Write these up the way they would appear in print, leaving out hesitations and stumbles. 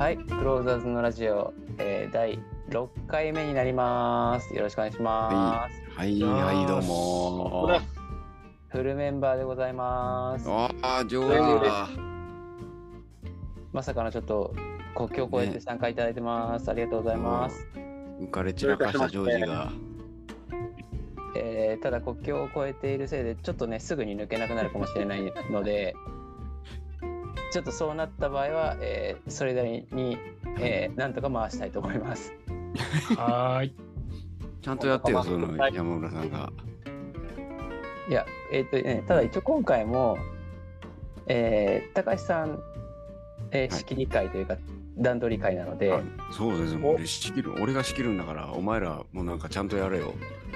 はい、クローザーズのラジオ、第6回目になります。よろしくお願いします。 はい、はい、どうも。 フルメンバーでございます。 ああ、ジョージだ。 まさかのちょっと国境を越えて参加いただいてます。ありがとうございます。 浮かれ散らかしたジョージが。 ただ国境を越えているせいでちょっとねすぐに抜けなくなるかもしれないのでちょっとそうなった場合は、それなりに、なんとか回したいと思います。 はい。 ちゃんとやってよ、その山村さんが。 いや、ただ一応今回も、高橋さん、仕切り会というか段取り会なので、 そうですもう俺が仕切るんだからお前らもうなんかちゃんとやれよ。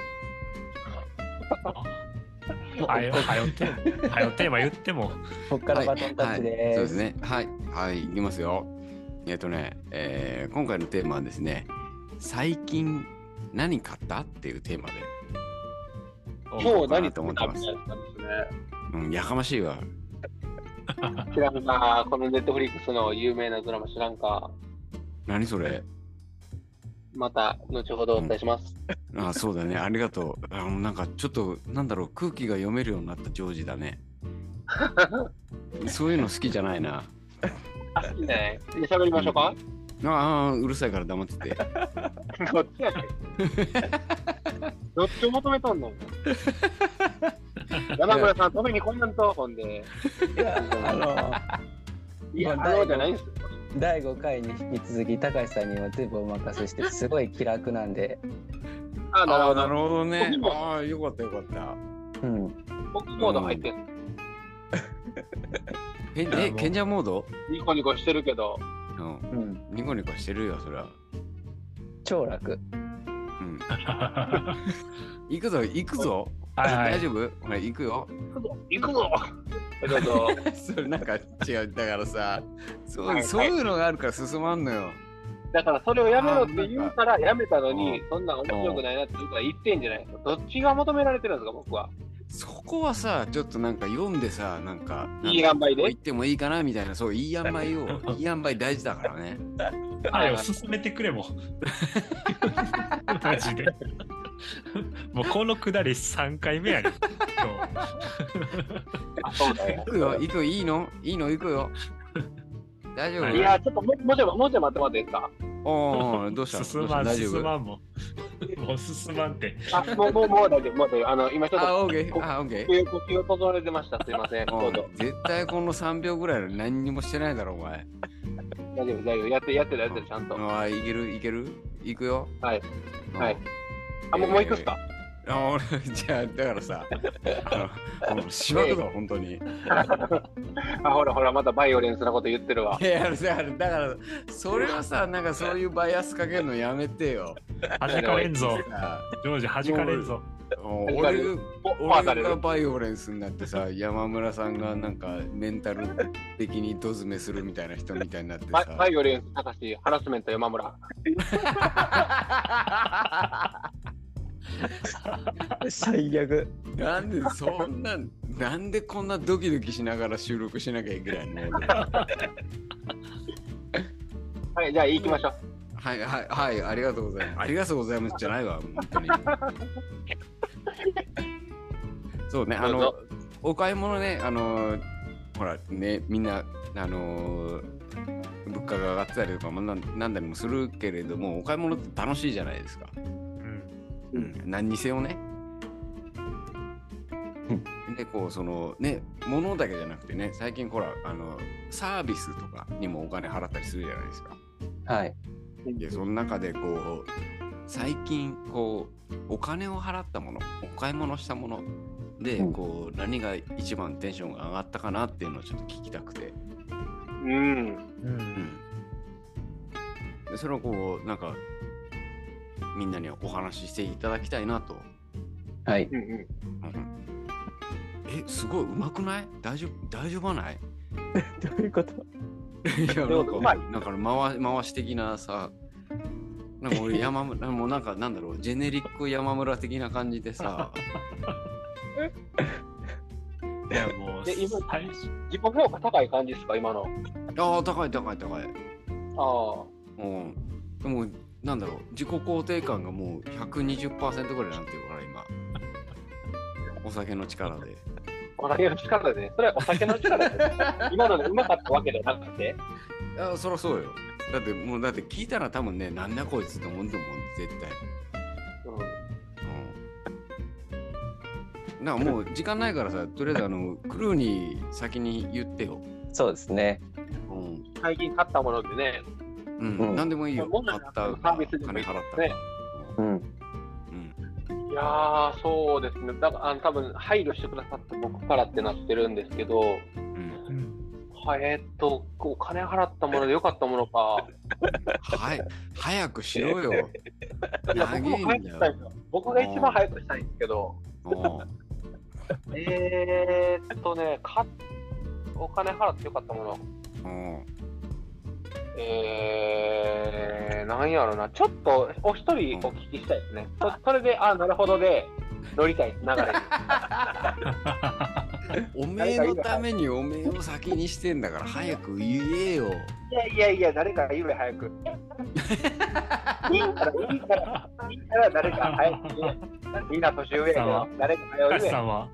はよテーマ言っても。 ここからバトンタッチです。 そうですね。はい、はい、いきますよ。今回のテーマはですね、最近何買ったっていうテーマで。 今日何と思ってます。やかましいわ。 知らんか、このネットフリックスの有名なドラマ知らんか。 何それ？ また後ほどお伝えします。 あ、そうだね、ありがとう。なんかちょっとなんだろう、空気が読めるようになったジョージだね。そういうの好きじゃないな。 好きね。喋りましょうか。 うるさいから黙ってて。 どっちやねん。どっちを求めとんの？山村さん、止めに来んなんと、ほんで。いや、じゃないんすよ。 第5回に引き続き高橋さんには全部お任せしてすごい気楽なんで。 なるほどね。よかったよかった。 僕モード入ってんの。 賢者モード？ ニコニコしてるけど。 ニコニコしてるよ、そりゃ。 超楽。 行くぞ。大丈夫？ほら、行くよ。 行くぞ。どうぞ。 それなんか違う。だからさ、そういうのがあるから進まんのよ。 だからそれをやめろって言うからやめたのに、そんな面白くないなって言うから言ってんじゃないですか。どっちが求められてるんですか、僕は。 そこはさ、ちょっとなんか読んでさ、なんかいい塩梅で言ってもいいかなみたいな、そういい塩梅を、いい塩梅大事だからね。 あれを進めてくれも。マジで。もうこのくだり3回目やねん。 そうだよ。 行くよ、いいの行くよ。大丈夫？ いや、ちょっともうちょい待ってもらっていいですか？ どうした？ 進まんもう進まんって。 もう大丈夫。今ちょっとオッケー。 呼吸を整えてました。すいません。 絶対この3秒ぐらいの何にもしてないだろ、お前。 大丈夫。やってる、ちゃんと。 いける行くよ。 はい。もう行くっすか？ じゃあ、だからさ、しばくぞ、本当に。 ほら、またバイオレンスなこと言ってるわ。 いや、だから、それはさ、なんかそういうバイアスかけるのやめてよ。 弾かれんぞ。ジョージ、弾かれんぞ。 俺がバイオレンスになってさ、山村さんがなんかメンタル的にドズメするみたいな人みたいになってさ。 バイオレンス高し、ハラスメント山村。 最悪。 なんでこんなドキドキしながら収録しなきゃいけないの？ はい、じゃあ行きましょう。 はい、ありがとうございます。ありがとうございますじゃないわ、本当に。そうね、お買い物ね、ほらね、みんな、物価が上がってたりとか、なんだりもするけれども、お買い物って楽しいじゃないですか。何にせよね。で、物だけじゃなくてね、最近ほら、サービスとかにもお金払ったりするじゃないですか。 はい。 で、その中で最近お金を払ったもの、お買い物したもので、何が一番テンションが上がったかなっていうのをちょっと聞きたくて。で、それをなんかみんなにお話ししていただきたいなと。 はい。 すごいうまくない？大丈夫ない？ どういうこと？ いや、なんか回し的なさ、なんか俺もうなんだろう、ジェネリック山村的な感じでさ。 いやもう自己評価高い感じですか今の？ 高い。 あでもなんだろう、自己肯定感がもう 120% ぐらいなんていうから今。お酒の力で。 お酒の力でね。それはお酒の力で、ね。今のでうまかったわけじゃなくて。 そりゃそうよ。だって聞いたら多分ね、なんだこいつって思うと思う、絶対。なんかもう時間ないからさ、とりあえずクルーに先に言ってよ。 そうですね。 最近買ったものでね。 何でもいいよ。買ったサービスでもいい金払ったね。いやー、そうですね。だから多分配慮してくださって僕からってなってるんですけど、お金払ったもので良かったものか。 はい、早くしろよ。 僕が一番早くしたいんですけど、お金払って良かったもの。なんやろうな、ちょっとお一人お聞きしたいですね。それで、なるほどで乗りたい流れに。 おめえのためにおめえを先にしてんだから早く言えよ。 いや、誰か言え早く。いいから誰か早く言え。みんな年上やけど、誰か早く言え。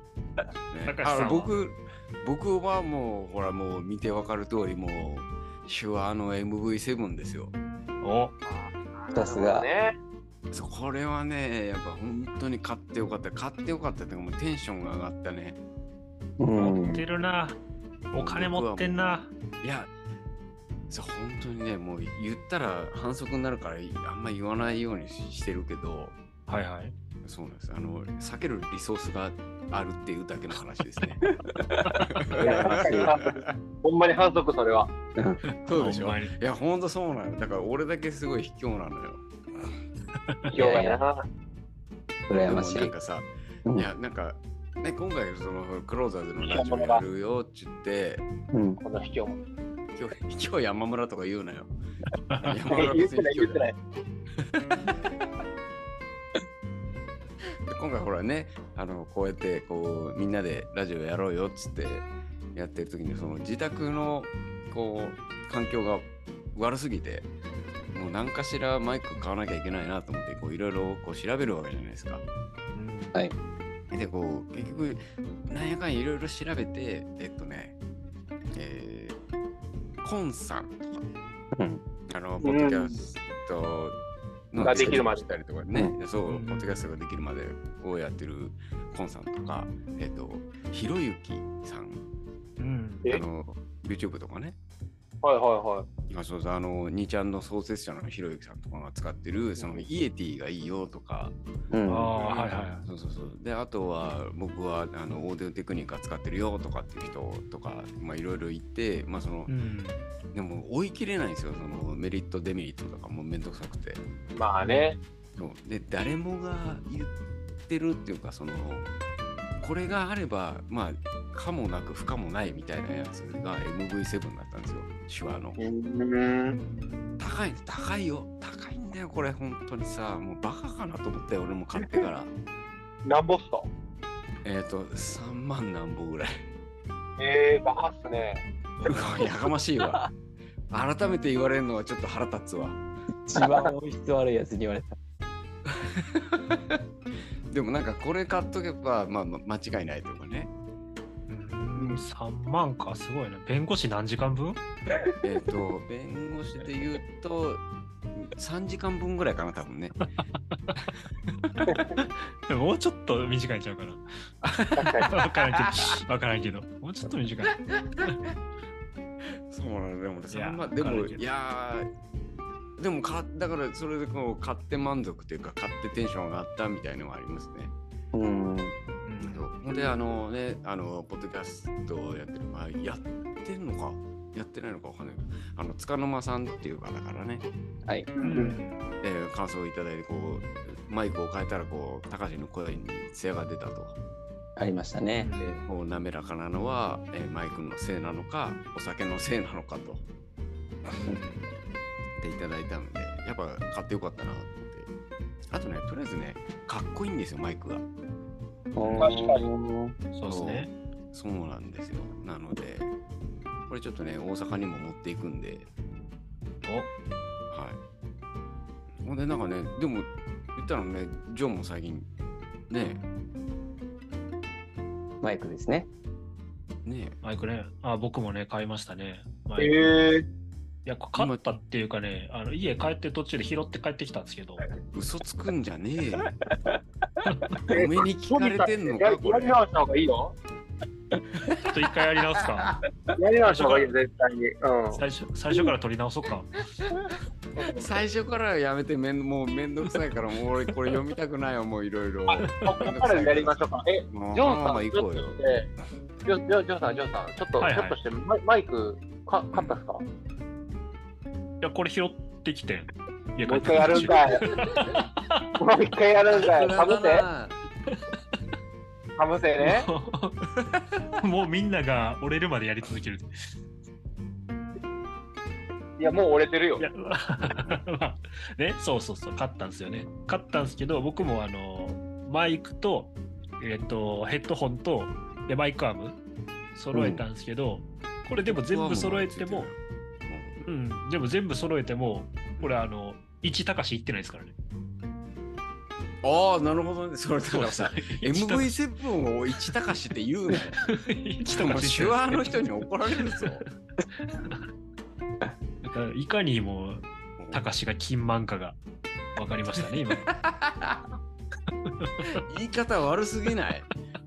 僕はもうほらもう見てわかる通りもう手話の MV7 ですよ。 さすが。 これはねやっぱ本当に買ってよかったっていうかもうテンションが上がったね。 持ってるな。お金持ってんな。 いや本当にねもう言ったら反則になるからあんま言わないようにしてるけど。 はいはい。 そうなんです。避けるリソースがあるっていうだけの話ですね。 ほんまに反則それは。 そうでしょ。いやほんとそうなの。だから俺だけすごい卑怯なのよ。 卑怯やな。 羨ましい。 なんかさ、いやなんかね今回そのクローザーズのラジオやるよって言って、 この卑怯者。 今日山村とか言うなよ。 山村言ってない。 今回ほらねこうやってこうみんなでラジオやろうよっつってやってる時にその自宅のこう環境が悪すぎてもう何かしらマイク買わなきゃいけないなと思ってこういろいろこう調べるわけじゃないですか。 はい。 でこう結局なんやかんいろいろ調べてコンさんとかポッドキャストができるまでしたりとかね、ポッドキャストができるまでをやってるコンさんとか、ひろゆきさん、YouTube とかね、そう2ちゃんの創設者のひろゆきさんとかが使ってるそのイエティがいいよとか、であとは僕はオーディオテクニックが使ってるよとかっていう人とかいろいろ言ってでも追い切れないんですよ。そのメリットデメリットとかもめんどくさくて。 まあね。 で誰もが言ってるっていうかこれがあれば可もなく不可もないみたいなやつが MV7 だったんですよ。手話の。高いよ。高いんだよこれ本当にさもうバカかなと思ったよ俺も買ってから。 何ぼっすか ？3万何ぼぐらい。 バカっすね。 やかましいわ。改めて言われるのはちょっと腹立つわ。 一番音質悪いやつに言われた。 でもなんかこれ買っとけば間違いないというかね。 3万かすごいな。弁護士何時間分？ 弁護士で言うと3時間分ぐらいかな多分ね。 もうちょっと短いんちゃうかな。わからんけどもうちょっと短い。 そうなの。でも3万でもいやでもだからそれでこう買って満足というか買ってテンション上がったみたいなのがありますね。ほんでポッドキャストをやってるやってんのかやってないのかわかんないけど塚沼さんっていう方からね感想をいただいてこうマイクを変えたらこう高橋の声に艶が出たとありましたね。 こう滑らかなのはマイクのせいなのかお酒のせいなのかとっていただいたのでやっぱ買ってよかったなと思って。あとねとりあえずねかっこいいんですよマイクが。 確かに。 そうですね。 そうなんですよ。なのでこれちょっとね大阪にも持っていくんでほんでなんかね、でも言ったらね、ジョンも最近ねマイクですね。 マイクね。僕もね、買いましたね。いや、買ったっていうかね、家帰って途中で拾って帰ってきたんですけど。 嘘つくんじゃねえよ。嫁に聞かれてんのか、これ。 やり直した方がいいよ。 ちょっと一回やり直すか。 やり直した方がいいよ、絶対に。 最初から取り直そうか。 最初からやめてもうめんどくさいからもう俺これ読みたくないよもういろいろ。 ここからやりましょうか。ジョンさん、 行こうよ。 ジョンさん、ちょっとしてマイク買ったっすか？ いや、これ拾ってきて。 もう一回やるんかい。もう一回やるんかい。かぶせね。 もうみんなが折れるまでやり続ける。 いや、もう折れてるよ。 ね、そう、買ったんですよね。買ったんですけど、僕もマイクと、ヘッドホンとでマイクアーム揃えたんですけど、これでも全部揃えても、でも全部揃えても、これ1高しいってないですからね。 ああ、なるほどね。それだからさ、MV7 を1高しって言うのよ。1高し。手話の人に怒られるぞ。 いかにも高しが金満かが分かりましたね、今。 言い方悪すぎない？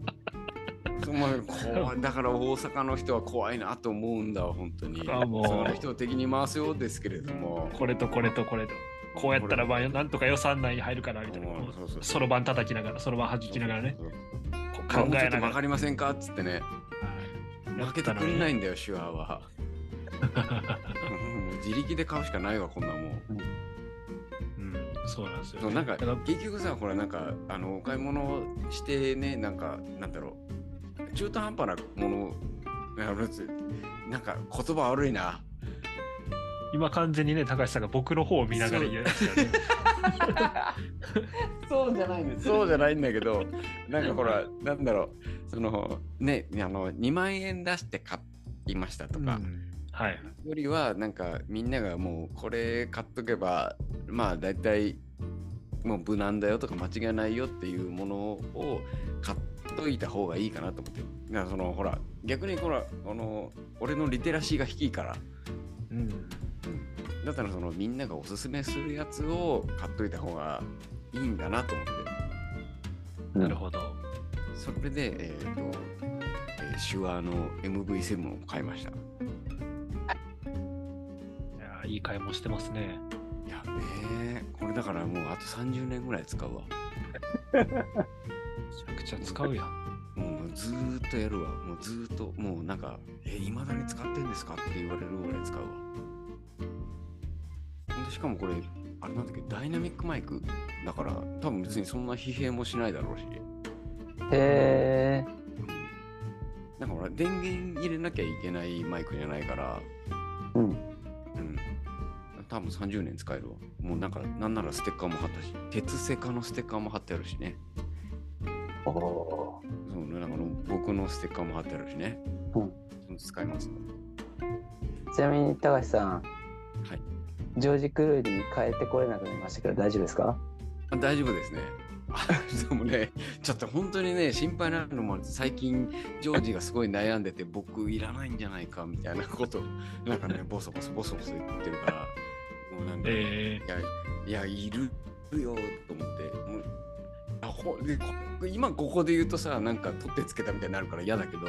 だから大阪の人は怖いなと思うんだわ、本当に。その人を敵に回すようですけれども。 これとこれとこれと。こうやったらなんとか予算内に入るかなみたいな。そろばん叩きながら、そろばん弾きながらね。 考えながら。ちょっと分かりませんかっつってね。負けてくれないんだよ、手話は。自力で買うしかないわ、こんなもん。 そうなんですよ。 なんか結局さ、これなんかお買い物してね、なんかなんだろう、中途半端なもの、なんか言葉悪いな。 今完全にね、高橋さんが僕の方を見ながら言いますよね。 そうじゃないんです。そうじゃないんだけど、なんかほら、なんだろう、そのね、2万円出して買いましたとか。 はい、 よりはなんかみんながもうこれ買っとけばまあ大体もう無難だよとか間違いないよっていうものを買っといた方がいいかなと思って。だからそのほら逆にほら俺のリテラシーが低いから、だったらそのみんながおすすめするやつを買っといた方がいいんだなと思って。 なるほど。 それで手話の MV7 を買いました。 いい買い物してますね。 いやね、これだからもうあと30年ぐらい使うわ。 めちゃくちゃ使うやん。 もうずーっとやるわ。もうずーっともうなんか未だに使ってんですかって言われるぐらい使うわ。しかもこれあれなんだっけ、ダイナミックマイクだから多分別にそんな疲弊もしないだろうし。 へー。 なんかほら電源入れなきゃいけないマイクじゃないから。多分30年使えるわ。もうなんならステッカーも貼ったし、鉄セカのステッカーも貼ってあるしね。そうね、なんか僕のステッカーも貼ってあるしね。使います。 ちなみに高橋さん、ジョージ・クルーニーに変えてこれなくなりましたけど大丈夫ですか？ 大丈夫ですね。でもね、ちょっと本当にね、心配なのも最近ジョージがすごい悩んでて、僕いらないんじゃないかみたいなことなんかね、ボソボソ言ってるから。もうなんかいやいるよと思って、今ここで言うとさ、なんか取ってつけたみたいになるから嫌だけど、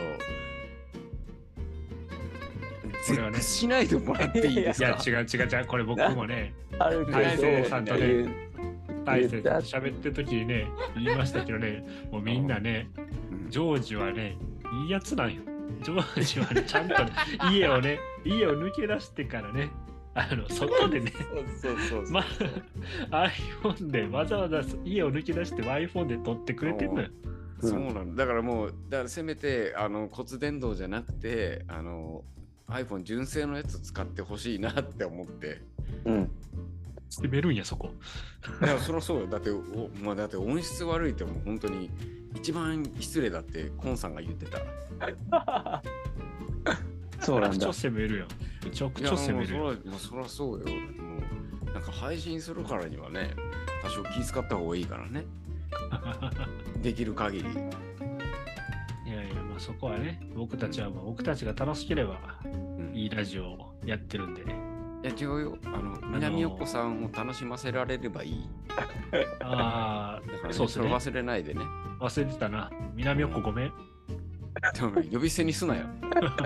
絶対しないでもらっていいですか？ いや違うこれ僕もね、大勢さんとね、大勢さんと喋ってる時にね言いましたけどね、もうみんなね、ジョージはねいいやつなんよ。ジョージはねちゃんと、ね、家を抜け出してからね、外でね、iPhone でわざわざ家を抜き出して iPhone で撮ってくれてるのよ。 そうなの。だからもう、せめて骨伝導じゃなくてiPhone 純正のやつ使ってほしいなって思って。 攻めるんやそこ。 いやそりゃそうよ。だって音質悪いってもう本当に一番失礼だってコンさんが言ってた。 そうなんだ。 攻めるよ。 ちゃくちゃ攻めるよ。 そりゃそうよ。もうなんか配信するからにはね、多少気遣った方がいいからね。できる限り。 いやいや、まあそこはね、僕たちは僕たちが楽しければいいラジオをやってるんでね。 いや違うよ。南横さんを楽しませられればいい。 ああ、 だから、ね、 そうですね。 忘れないでね。 忘れてたな。南横ごめん。 でも呼び捨てにすなよ。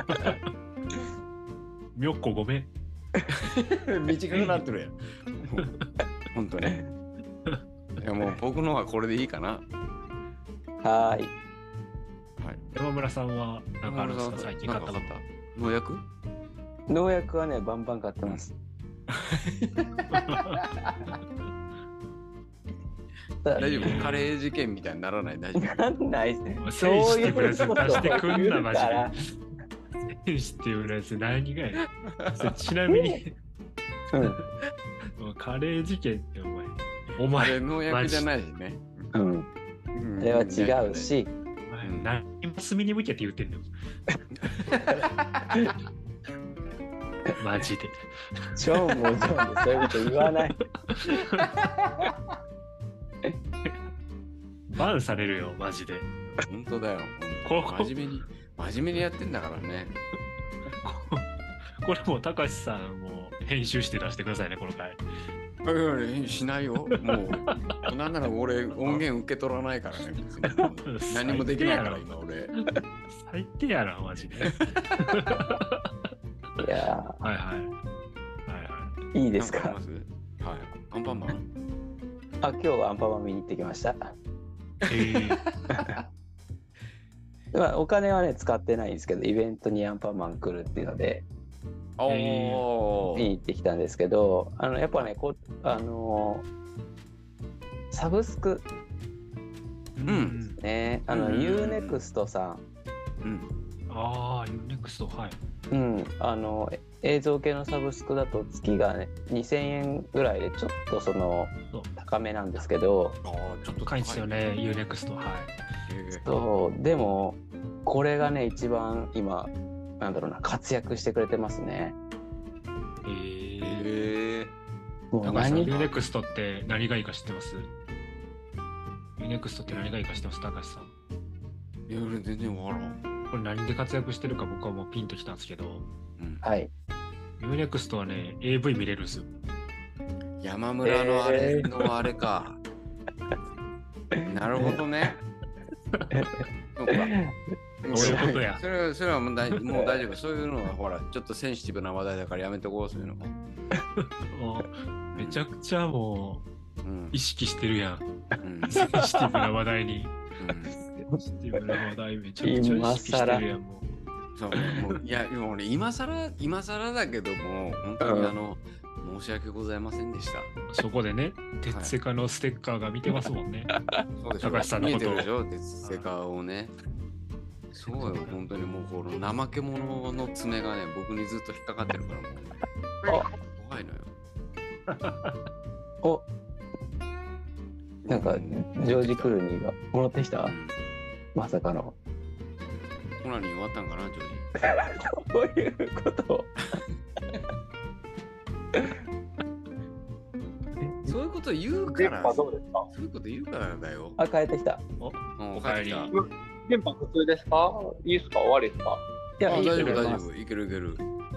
みょっこごめん。 短くなってるやん。本当に。いやもう僕のはこれでいいかな。 はい。 山村さんはなんかあるんですか、最近買ったもの。 農薬？ 農薬はね、バンバン買ってます。 大丈夫？カレー事件みたいにならない？大丈夫？ なんないっす。 センシティブなやつ出してくんな、マジからで。センシティブなやつ何がや。ちなみに、カレー事件ってお前農薬じゃないしね。 うん。あれは違うし。 何マスミに向けて言ってんのマジで。 ジョンもジョンでそういうこと言わない。 バンされるよ、マジで。 本当だよ。真面目にやってんだからね。 これも高橋さんも編集して出してくださいね、この回。 しないよ。もう、なんなら俺音源受け取らないからね。何もできないから今俺。 最低やな、マジで。 いやはいはい。 いいですか。 はい。アンパンマン。 今日はアンパンマン見に行ってきました。まあお金はね使ってないんですけど、イベントにアンパンマン来るっていうので見に行ってきたんですけど、やっぱねサブスクですね。UNEXT さん。 UNEXT、はい。 映像系のサブスクだと月がね2000円ぐらいでちょっとその高めなんですけど、 ちょっと高いですよね、UNEXT。はい。 そうでもこれがね一番今なんだろうな活躍してくれてますね。 もうUNEXT って何がいいか知ってます？ UNEXT って何がいいか知ってます、高橋さん？ いや俺全然わからん。 これ何で活躍してるか僕はもうピンときたんですけど、 はい。 UNEXT はね AV 見れるんですよ。 山村のあれのあれか。なるほどね。そうか。 そういうことや。 それはもう大丈夫。そういうのはほらちょっとセンシティブな話題だからやめとこう、そういうのも。 めちゃくちゃもう意識してるやん。センシティブな話題に。センシティブな話題めちゃくちゃ意識してるやん。もう。 そうもういや俺今更だけども本当に申し訳ございませんでした。 そこでね、鉄セカのステッカーが見てますもんね。 そうでしょ。 高橋さんのことを。 見えてるでしょ、鉄セカをね。そうよ、本当にもうこの怠け者の爪がね、僕にずっと引っかかってるからもう、怖いのよ。 なんかジョージ・クルーニーが戻ってきた？まさかの。 コナンに終わったんかな、ジョージ。 どういうこと？ そういうこと言うから。 どうですか？ そういうこと言うからだよ。 帰ってきた。 お帰ってきた。 電波普通ですか？いいですか？悪いですか？ いや、 大丈夫。いける。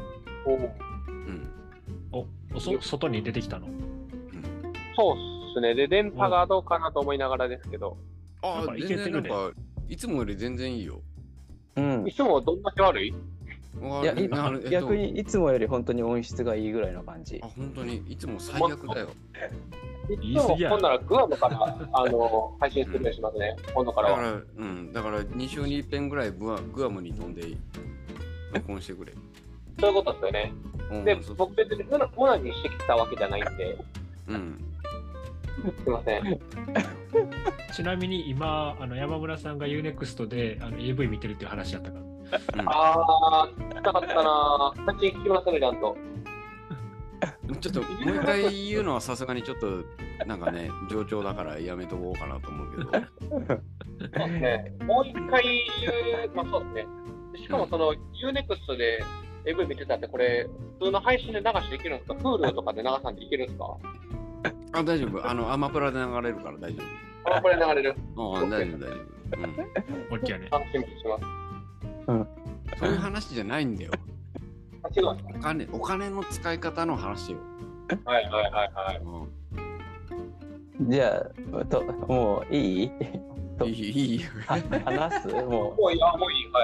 外に出てきたの？ そうっすね。で、電波がどうかなと思いながらですけど。 全然なんか、いつもより全然いいよ。 いつもどんだけ悪い？ いや、逆にいつもより本当に音質がいいぐらいの感じ。 本当にいつも最悪だよ。 いつも今度ならグアムから配信するようにしますね。今度からは。 だから2週に1遍ぐらいグアムに飛んで録音してくれ。 そういうことですよね。で、僕別にモナにしてきたわけじゃないんで。すいません。 ちなみに今山村さんが UNEXT でAV 見てるっていう話だったから。 聞きたかったな。先聞きますね、ちゃんと。 ちょっともう一回言うのはさすがにちょっとなんかね、冗長だからやめとこうかなと思うけど。 そうですね。もう一回言う、そうですね。しかもその UNEXT で AV 見てたって、これ、普通の配信で流しできるんですか？ Hulu とかで流さんでいけるんですか？ あ、大丈夫。アマプラで流れるから大丈あ、これ流れる。 夫。大丈夫、大丈夫。 オッケーね。 楽しみにします。 そういう話じゃないんだよ。 あ、違うんですか？ お金の使い方の話よ。 はいはいはいはい。 じゃあもういい？ いいよ。 話す？ もういい、はい。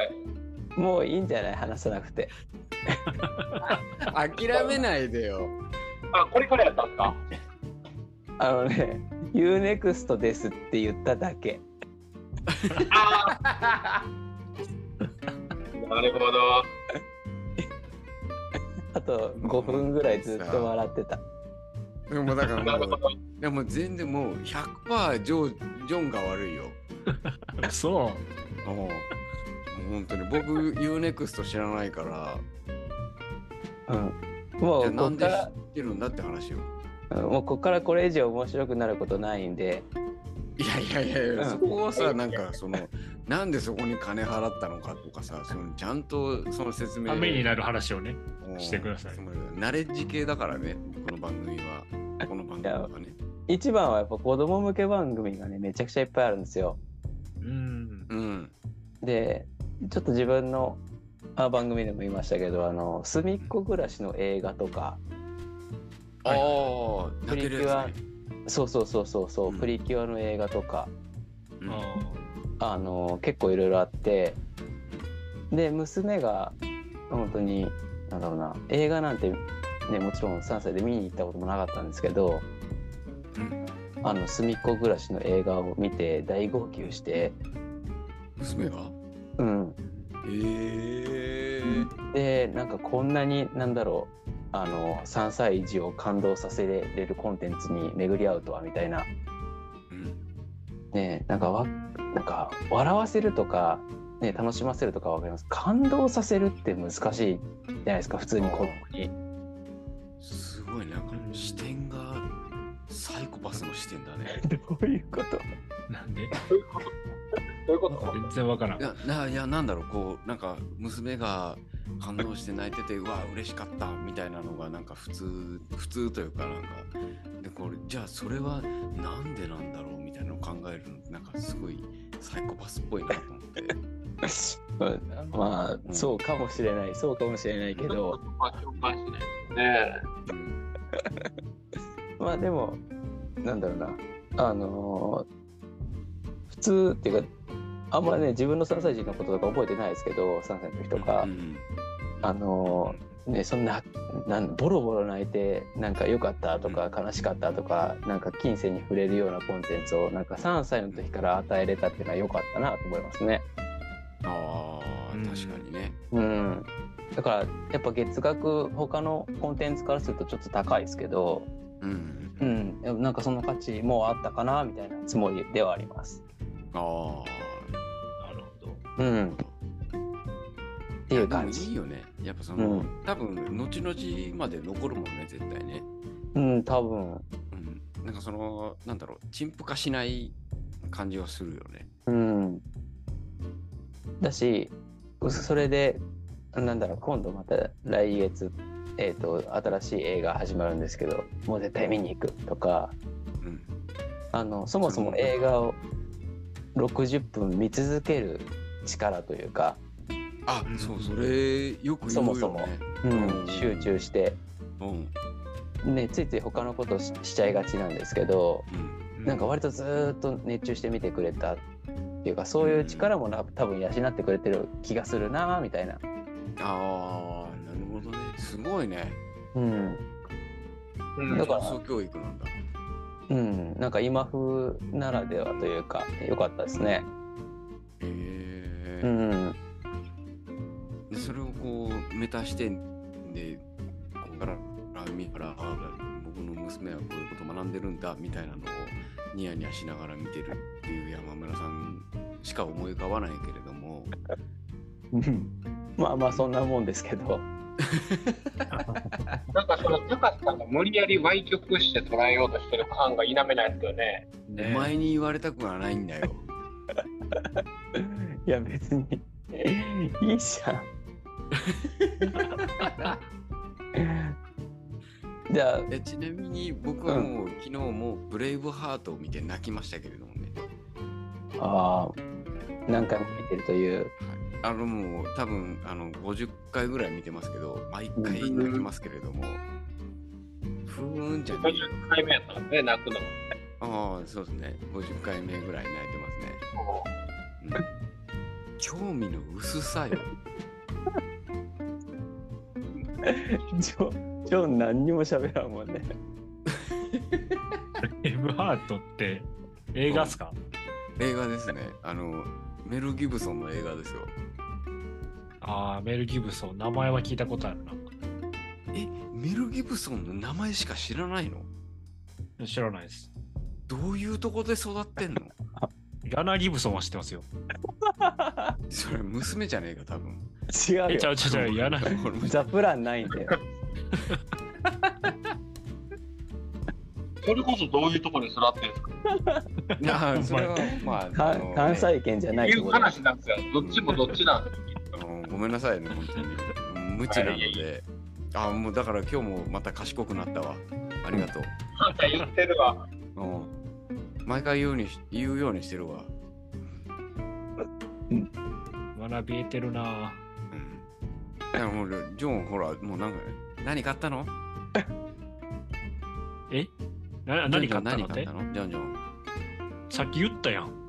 もういいんじゃない？話さなくて。 諦めないでよ。 あ、これからやったんですか？ UNEXT ですって言っただけ。 なるほど。 あと5分ぐらいずっと笑ってた。 でもだからもう全然もう 100% ジョンが悪いよ。 そう。 もう本当に僕 UNEXT 知らないから。 もうなんで知ってるんだって話よ。 もうここからこれ以上面白くなることないんで。 いや、そこはさ、なんかなんでそこに金払ったのかとかさ、ちゃんとその説明。 ためになる話をね、してください。 ナレッジ系だからね、この番組は。ね。 一番はやっぱ子供向け番組がね、めちゃくちゃいっぱいあるんですよ。で、ちょっと自分の番組でも言いましたけど、すみっこ暮らしの映画とか。プリキュア、そう、プリキュアの映画とか、結構いろいろあって、で娘が本当になんだろうな、映画なんてね、もちろん3歳で見に行ったこともなかったんですけど、すみっこ暮らしの映画を見て大号泣して。 娘が？ で、なんかこんなになんだろう、3歳児を感動させれるコンテンツに巡り合うとはみたいな、ね、なんか笑わせるとか、ね、楽しませるとかわかります。感動させるって難しいじゃないですか、普通に子供に。 すごいなんか視点がサイコパスの視点だね。 どういうこと？ なんで？ どういうこと？ 全然わからん。 いやなんだろう、こうなんか娘が感動して泣いてて、うわ嬉しかったみたいなのがなんか普通というか、なんかでこれじゃあそれはなんでなんだろうみたいなのを考えるの、なんかすごいサイコパスっぽいなと思って。 まあ、そうかもしれないけど、まあでもなんだろうな、普通っていうか、あんまね、自分の3歳児のこととか覚えてないですけど、3歳の時とか、ね、そんなボロボロ泣いてなんか良かったとか悲しかったとか、なんか金銭に触れるようなコンテンツをなんか3歳の時から与えれたっていうのは良かったなと思いますね。 確かにね。 だからやっぱ月額他のコンテンツからするとちょっと高いですけど、なんかその価値もあったかなみたいなつもりではあります。 なるほど。 っていう感じ。 いいよね。やっぱ多分後々まで残るもんね、絶対ね。 多分。 なんかなんだろう、陳腐化しない感じはするよね。 だし、それでなんだろう、今度また来月新しい映画始まるんですけど、もう絶対見に行くとか、そもそも映画を60分見続ける力というか、 そうそれよく言うよね。 そもそも、集中して、ね、ついつい他のことしちゃいがちなんですけど、なんか割とずっと熱中して見てくれたっていうか、そういう力も多分養ってくれてる気がするなみたいな。 なるほどね。すごいね。 だからそう教育なんだ。 なんか今風ならではというか、良かったですね。 でそれをこうメタ視点でここから見たら、僕の娘はこういうことを学んでるんだみたいなのをニヤニヤしながら見てるっていう山村さんしか思い浮かばないけれどもまあそんなもんですけどなんか高橋さんが無理やり歪曲して捉えようとしてる感が否めないですよね。 お前に言われたくはないんだよ。 いや別にいいじゃん。 じゃあちなみに僕はもう、昨日もブレイブハートを見て泣きましたけれどもね。 ああ、何回も見てるという。 もう多分50回ぐらい見てますけど、毎回泣きますけれども、ふーんじゃねえ。 50回目やったんで、泣くの。 ああ、そうですね。50回目ぐらい泣いてますね。興味の薄さよ。 ジョン何にも喋らんもんね。 ブレイブハートって映画っすか？ 映画ですね。メル・ギブソンの映画ですよ。 ああ、メル・ギブソン、名前は聞いたことあるな。 メル・ギブソンの名前しか知らないの？ 知らないです。 どういうとこで育ってんの？ ラナー・ギブソンは知ってますよ。 それ娘じゃねえか、多分。 違うよ。 違う、やな。 ザ・プランないんだよ。 それこそどういうところに育ってるんですか？ いや、それはまあ、 関西圏じゃないところ。 いう話なんですよ。どっちもどっちなんですよ。 ごめんなさいね、本当に。無知なので。もうだから今日もまた賢くなったわ。ありがとう。 また言ってるわ。 毎回言うようにしてるわ。 学び得てるな。 いやもうジョンほらもうなんか何買ったの？ 何買ったのって？ ジョン。 さっき言ったやん。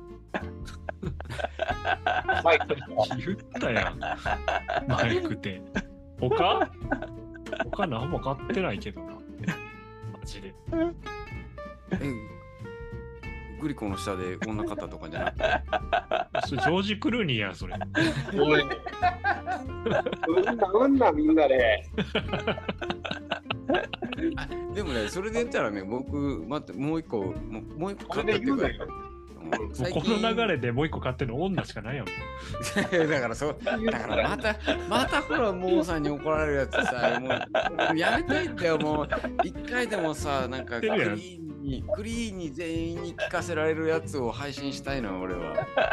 マイク言ったやん。マイクで。他何も買ってないけどな。マジで。 グリコの下で女方とかじゃなくて。 それジョージ・クルーニーやん、それ。 おい。うんなみんなで。 でもね、それで言ったらね、僕、待って、もう一個買ったっていうか、 この流れでもう一個買ってるの女しかないやん。 だからまたほら、モーさんに怒られるやつさ、もうやめたいんだよ、もう。一回でもさ、なんかクリーンに全員に聞かせられるやつを配信したいの、俺は。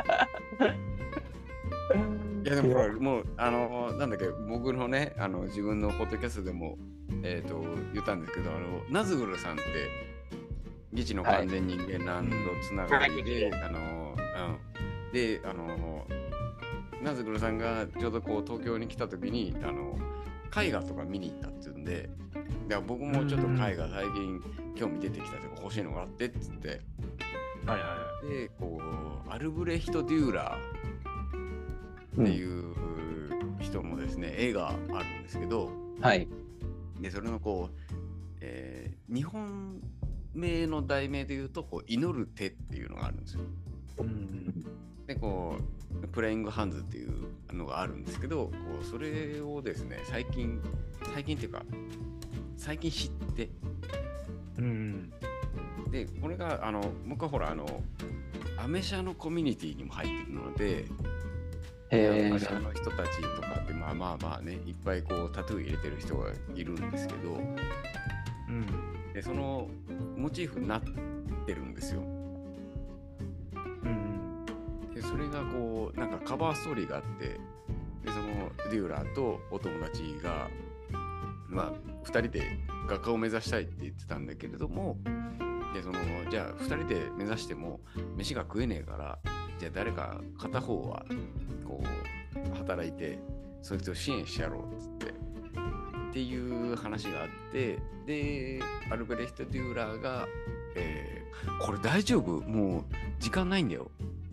いやでもほら、もうなんだっけ、僕のね、自分のポッドキャストでも言ったんですけど、ナズグルさんって議事の完全人間ランドつながりで、でナズグルさんがちょうどこう東京に来た時に絵画とか見に行ったっていうんで、僕もちょっと絵画最近興味出てきたとか欲しいのがあってっつって、でこうアルブレヒト・デューラーっていう人のですね、絵があるんですけど、でそれのこう、日本名の題名で言うとこう祈る手っていうのがあるんですよ。でこうプレイングハンズっていうのがあるんですけど、こうそれをですね最近っていうか最近知って、でこれが僕はほらアメ車のコミュニティにも入ってるので、アメ車の人たちとかってまあねいっぱいこうタトゥー入れてる人がいるんですけど、でそのモチーフになってるんですよ。でそれがこうなんかカバーストーリーがあって、でそのデューラーとお友達が2人で画家を目指したいって言ってたんだけれども、でじゃあ2人で目指しても飯が食えねえから、じゃあ誰か片方はこう働いてそいつを支援してやろうっつっていう話があって、でアルブレヒト・デューラーが、これ大丈夫？もう時間ないんだよ。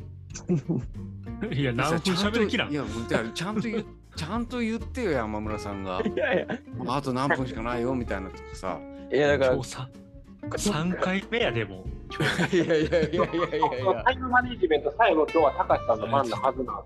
いや、何分喋る気なん？ いや、ちゃんと言ってよ、山村さんが。あと何分しかないよみたいなとかさ。 いや、だから 3回目やでも。 いや。 タイムマネジメント最後今日は高橋さんの番のはずなんです。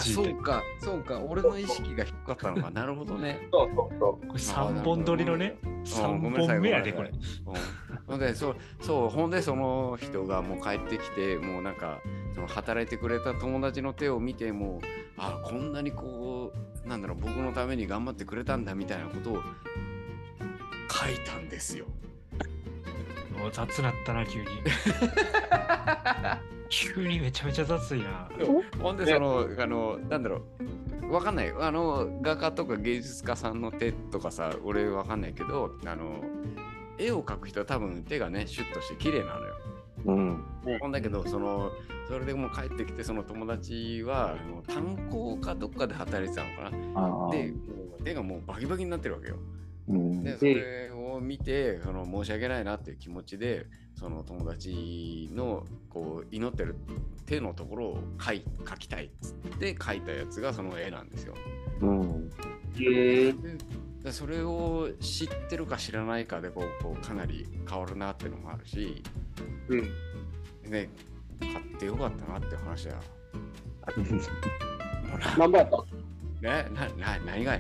そうか、俺の意識が低かったのか。なるほどね。 そう。 これ3本撮りのね、3本目やで、これ。 ほんで、ほんでその人がもう帰ってきて、もうなんか、その働いてくれた友達の手を見て、もう、こんなにこう、なんだろう、僕のために頑張ってくれたんだみたいなことを書いたんですよ。 雑なったな、急に。急にめちゃめちゃ雑いな。 ほんでなんだろう、 わかんない。画家とか芸術家さんの手とかさ、俺わかんないけど、絵を描く人は多分手がね、シュッとして綺麗なのよ。うん。だけど、それでもう帰ってきて、その友達は炭鉱かどっかで働いてたのかな。で、手がもうバキバキになってるわけよ。で、それを見て、申し訳ないなっていう気持ちで、その友達のこう祈ってる手のところを描きたいっつって描いたやつがその絵なんですよ。でそれを知ってるか知らないかでこうかなり変わるなっていうのもあるし、ね、買ってよかったなっていう話だよ。 何倍やった何がい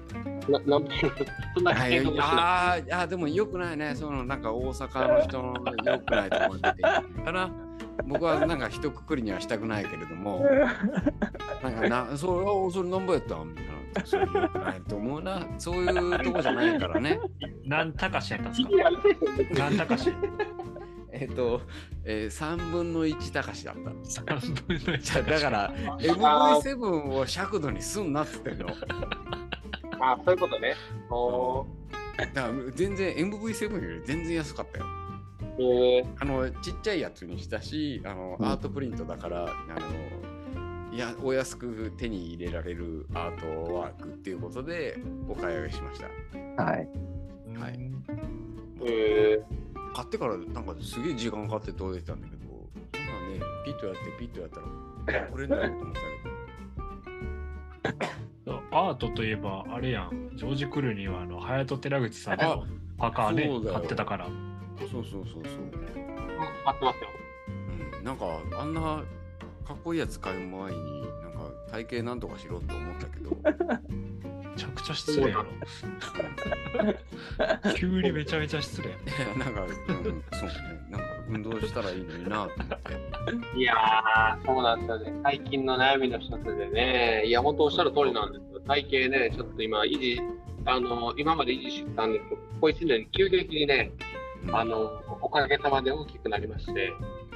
そんなでもよくないね。なんか大阪の人のよくないところに出てかな。僕はなんか一括りにはしたくないけれども、なんかそれ何倍やったみたいな。それよくないと思うな。そういうとこじゃないからね。 何高しやったんですか？何高し 3分の1高しだった。 3分の1 だから MV7 を尺度にすんなっつってんの。 そういうことね。 だから全然 MV7 より全然安かったよ。ちっちゃいやつにしたし、アートプリントだからお安く手に入れられるアートワークっていうことでお買い上げしました。はい。はい。買ってからなんかすげえ時間かかって届いてたんだけど、そんなね、ピッとやったらこれだよと思ったけど。アートといえばあれやん、ジョージ・クルーニーは隼人寺口さんのパーカーね買ってたから。 そう。 買ってますよ。 なんかあんなかっこいいやつ買う前になんか体型なんとかしろって思ったけど。 めちゃくちゃ失礼やろ。急にめちゃめちゃ失礼。 なんか、そうね。なんか運動したらいいのになと思って。 いやー、そうなんですよね。最近の悩みの一つでね、いや、本当おっしゃる通りなんですよ。体型ね、ちょっと今今まで維持してたんですけど、ここ1年急激にね、おかげさまで大きくなりまして。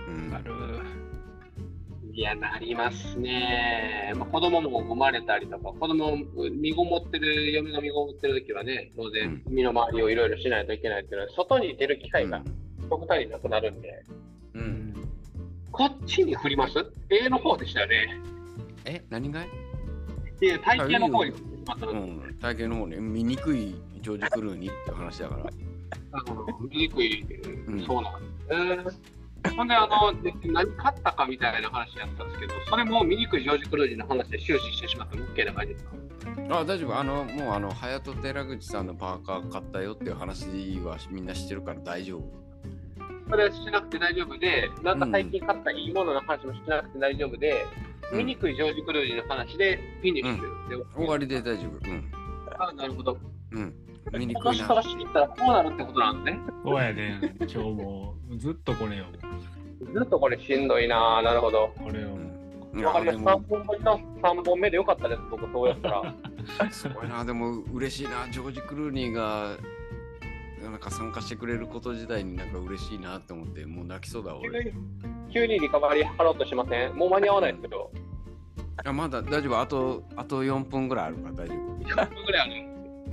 いや、なりますね。子供も生まれたりとか、子供嫁が身ごもってる時はね、当然身の回りをいろいろしないといけないっていうのは、外に出る機会が極端になくなるんで、こっちに振ります？A の方でしたよね。 何がい？ 体型の方に振ります。 体型の方ね、醜いジョージ・クルーニーって話だから。 醜い、そうなんです。ほんで何買ったかみたいな話やったんですけど、それも醜いジョージ・クルーニーの話で終始してしまっても OK な感じですか？ 大丈夫。もう隼人寺口さんのパーカー買ったよっていう話はみんな知ってるから大丈夫。 それはしなくて大丈夫で、なんか最近買ったいいものの話もしなくて大丈夫で、醜いジョージ・クルーニーの話でフィニッシュで、 終わりで大丈夫。 なるほど。 醜いな。 この人が知ったらこうなるってことなんですね。 そうやね。今日もずっとこれよ。 ずっとこれしんどいな。なるほど。 これよ。 わかります。3本目でよかったです、僕、そうやったら。 すごいな。でも嬉しいな。ジョージ・クルーニーがなんか参加してくれること自体になんか嬉しいなって思って、もう泣きそうだ俺。 急にリカバリー貼ろうとしません？もう間に合わないですけど。 まだ大丈夫。あと4分ぐらいあるから大丈夫。 4分ぐらいある。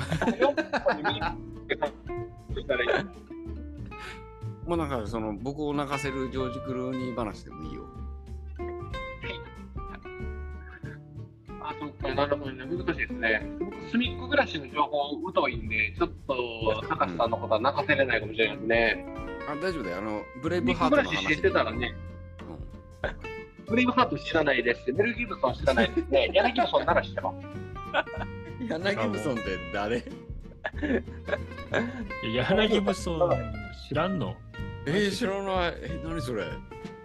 もうなんか僕を泣かせるジョージ・クルーニー話でもいいよ。 そうか、なるほどね。難しいですね。僕、隅っこ暮らしの情報疎いんで、ちょっと高橋さんのことは泣かせれないかもしれないですね。 大丈夫だよ。ブレイブハートの話。 知ってたらね。ブレイブハート知らないですし、メル・ギブソン知らないですね。柳ギブソンなら知ってます。 柳ギブソンって誰？ 柳ギブソン知らんの？ 知らない。何それ？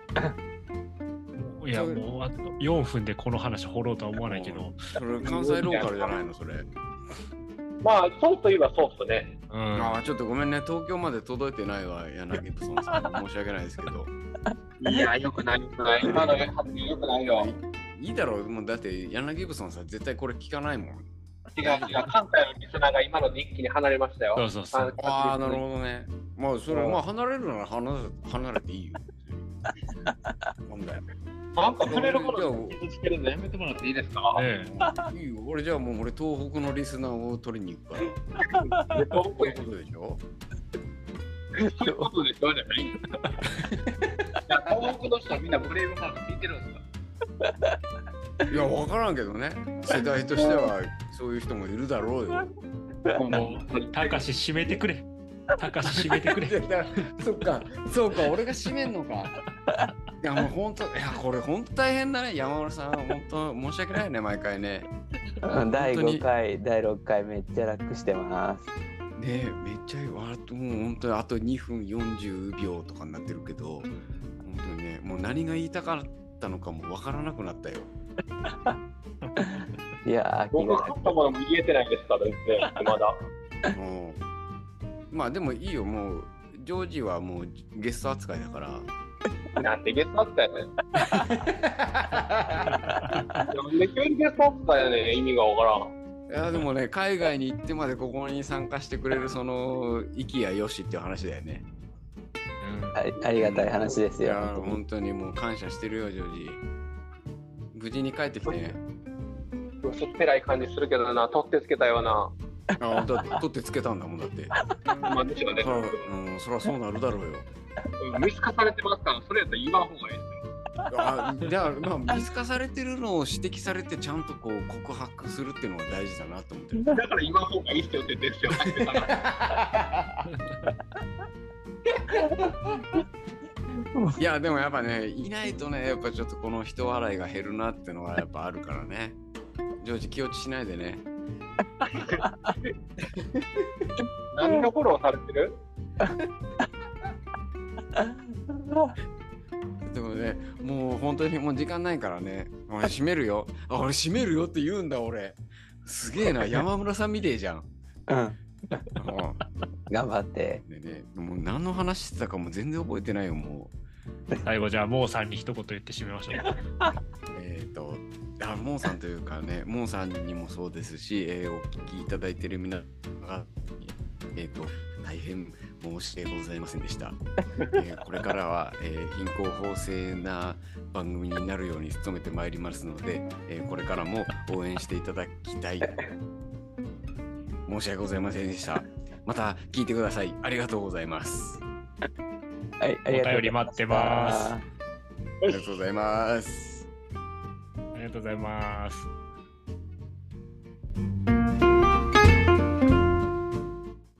いや、もうあと4分でこの話掘ろうとは思わないけど。 それ関西ローカルじゃないのそれ？ まあ、そうといえばそうっすね。 ちょっとごめんね。東京まで届いてないわ、柳ギブソンさん。申し訳ないですけど。 いや、よくない。今の発言よくないよ。 いいだろう。もうだって柳ギブソンさん絶対これ聞かないもん。 違う。関西のリスナーが今ので一気に離れましたよ。 そう。なるほどね。まあ、それ、離れるなら離れていいよ。なんだよ。 なんか触れるものを傷つけるのやめてもらっていいですか？ いいよ。俺じゃあもう東北のリスナーを取りに行くから。そういうことでしょ？ そういうことでしょじゃない。いや、東北の人はみんなブレイブハーツ聞いてるんですか？ いや、分からんけどね。世代としてはそういう人もいるだろうよ。 もう、たかし締めてくれ。たかし締めてくれ。 そうか、俺が締めんのか。いや、もう本当、いや、これ本当大変だね。山村さん、本当申し訳ないね、毎回ね。 第5回、第6回めっちゃ楽してます。 ねえ、めっちゃいいわ。もう本当にあと2分40秒とかになってるけど、本当にね、もう何が言いたかったのかもわからなくなったよ。 いやー、 僕勝ったものも言えてないですから、全然まだ。 まあでもいいよ、もうジョージはもうゲスト扱いだから。 なんでゲスト扱いやねん。なんで急にゲスト扱いやねん、意味がわからん。 いやでもね、海外に行ってまでここに参加してくれるその息やよしっていう話だよね。 ありがたい話ですよ。 いや本当にもう感謝してるよ、ジョージ。無事に帰ってきてね。 薄っぺらい感じするけどな、取ってつけたような。 だって取ってつけたんだもんだって。 まあでしょうね。 そりゃそうなるだろうよ。 見透かされてますから、それやったら言わん方がいいですよ。 じゃあ、まあ、見透かされてるのを指摘されてちゃんとこう告白するっていうのが大事だなと思ってる。 だから言わん方がいいっすよって言ってるんですよ。 いやでもやっぱね、いないとね、やっぱちょっとこの人笑いが減るなっていうのはやっぱあるからね。ジョージ気落ちしないでね。 何のフォローされてる？ でもね、もう本当にもう時間ないからね。俺閉めるよ。俺閉めるよって言うんだ俺。すげえな、山村さんみてえじゃん。 頑張って。 でね、もう何の話してたかも全然覚えてないよ、もう。最後じゃあ、モーさんに一言言って締めましょう。 モーさんというかね、モーさんにもそうですし、お聞きいただいている皆さんが、大変申し訳ございませんでした。これからは、貧困法制な番組になるように努めてまいりますので、これからも応援していただきたい。申し訳ございませんでした。また聞いてください。ありがとうございます。 はい、 お便り待ってます。 ありがとうございます。 ありがとうございます。